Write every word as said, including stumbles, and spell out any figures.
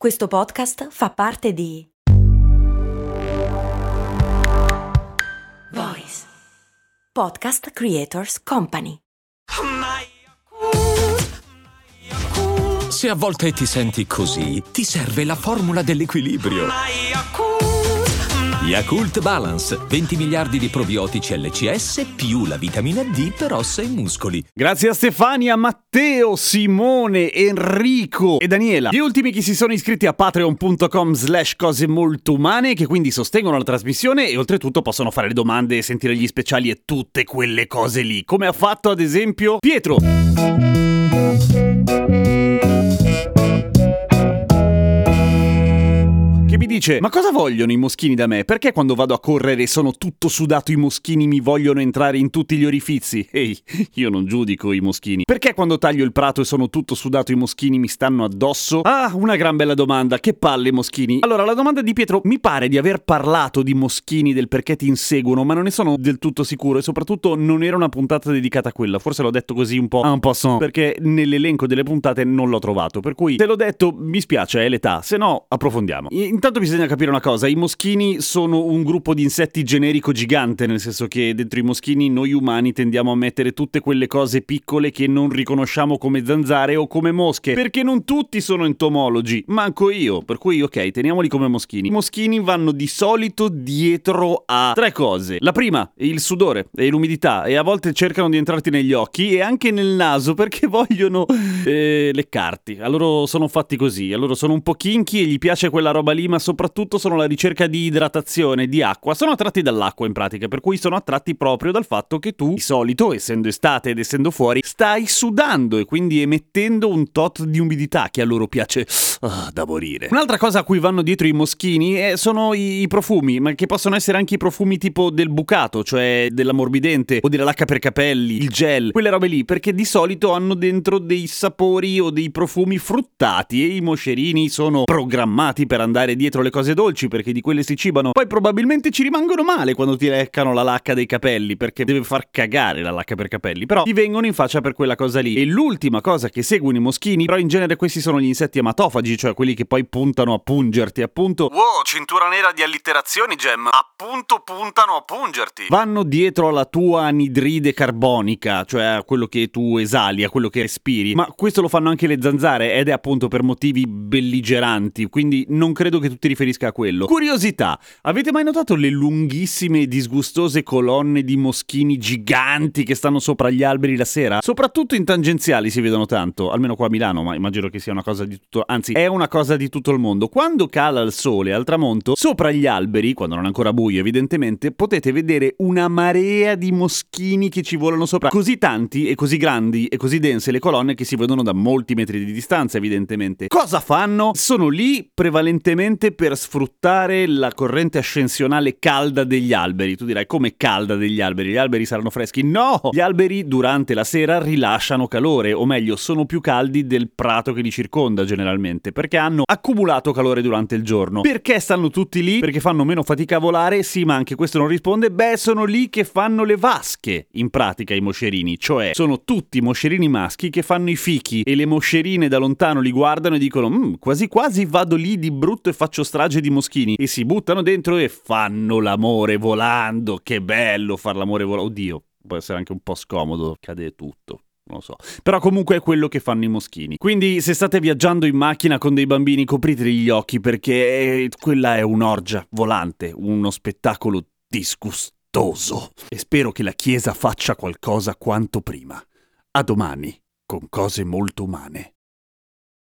Questo podcast fa parte di Voice Podcast Creators Company. Se a volte ti senti così, ti serve la formula dell'equilibrio. Yakult Balance, venti miliardi di probiotici L C S più la vitamina D per ossa e muscoli. Grazie a Stefania, Matteo, Simone, Enrico e Daniela, gli ultimi che si sono iscritti a patreon.com slash cose molto umane, che quindi sostengono la trasmissione e oltretutto possono fare le domande, sentire gli speciali e tutte quelle cose lì, come ha fatto ad esempio Pietro. Che mi dice: ma cosa vogliono i moschini da me? Perché quando vado a correre sono tutto sudato i moschini mi vogliono entrare in tutti gli orifizi? Ehi, io non giudico i moschini. Perché quando taglio il prato e sono tutto sudato i moschini mi stanno addosso? Ah, una gran bella domanda, che palle i moschini. Allora, la domanda di Pietro: mi pare di aver parlato di moschini, del perché ti inseguono, ma non ne sono del tutto sicuro e soprattutto non era una puntata dedicata a quella. Forse l'ho detto così un po' en passant, perché nell'elenco delle puntate non l'ho trovato, per cui te l'ho detto, mi spiace, è l'età, se no approfondiamo. Intanto bisogna capire una cosa: i moschini sono un gruppo di insetti generico gigante, nel senso che dentro i moschini noi umani tendiamo a mettere tutte quelle cose piccole che non riconosciamo come zanzare o come mosche, perché non tutti sono entomologi, manco io, per cui ok, teniamoli come moschini. I moschini vanno di solito dietro a tre cose. La prima, il sudore e l'umidità, e a volte cercano di entrarti negli occhi e anche nel naso perché vogliono eh, leccarti. A loro sono fatti così, a loro sono un po' kinky e gli piace quella roba lì, ma soprattutto sono alla ricerca di idratazione, di acqua. Sono attratti dall'acqua in pratica, per cui sono attratti proprio dal fatto che tu, di solito, essendo estate ed essendo fuori, stai sudando e quindi emettendo un tot di umidità che a loro piace ah, da morire. Un'altra cosa a cui vanno dietro i moschini è, sono i, i profumi, ma che possono essere anche i profumi tipo del bucato, cioè dell'ammorbidente o della lacca per capelli, il gel, quelle robe lì, perché di solito hanno dentro dei sapori o dei profumi fruttati e i moscerini sono programmati per andare dietro le cose dolci perché di quelle si cibano. Poi probabilmente ci rimangono male quando ti leccano la lacca dei capelli, perché deve far cagare la lacca per capelli, però ti vengono in faccia per quella cosa lì. E l'ultima cosa che seguono i moschini, però in genere questi sono gli insetti ematofagi, cioè quelli che poi puntano a pungerti, appunto. Wow, cintura nera di allitterazioni, Gem. Appunto puntano a pungerti. Vanno dietro alla tua anidride carbonica, cioè a quello che tu esali, a quello che respiri. Ma questo lo fanno anche le zanzare ed è appunto per motivi belligeranti, quindi non credo che tu ti riferisca a quello. Curiosità: avete mai notato le lunghissime e disgustose colonne di moschini giganti che stanno sopra gli alberi la sera? Soprattutto in tangenziali si vedono tanto, almeno qua a Milano, ma immagino che sia una cosa di tutto, anzi è una cosa di tutto il mondo. Quando cala il sole al tramonto, sopra gli alberi, quando non è ancora buio evidentemente, potete vedere una marea di moschini che ci volano sopra, così tanti e così grandi e così dense le colonne che si vedono da molti metri di distanza evidentemente. Cosa fanno? Sono lì prevalentemente per sfruttare la corrente ascensionale calda degli alberi. Tu dirai: come calda degli alberi? Gli alberi saranno freschi? No! Gli alberi durante la sera rilasciano calore, o meglio, sono più caldi del prato che li circonda generalmente, perché hanno accumulato calore durante il giorno. Perché stanno tutti lì? Perché fanno meno fatica a volare? Sì, ma anche questo non risponde. Beh, sono lì che fanno le vasche, in pratica, i moscerini, cioè sono tutti moscerini maschi che fanno i fichi e le moscerine da lontano li guardano e dicono: mmm, quasi quasi vado lì di brutto e faccio strage di moschini, e si buttano dentro e fanno l'amore volando. Che bello far l'amore volando. Oddio, può essere anche un po' scomodo, cade tutto, non lo so, però comunque è quello che fanno i moschini. Quindi se state viaggiando in macchina con dei bambini, copritevi gli occhi, perché quella è un'orgia volante, uno spettacolo disgustoso, e spero che la Chiesa faccia qualcosa quanto prima. A domani con cose molto umane.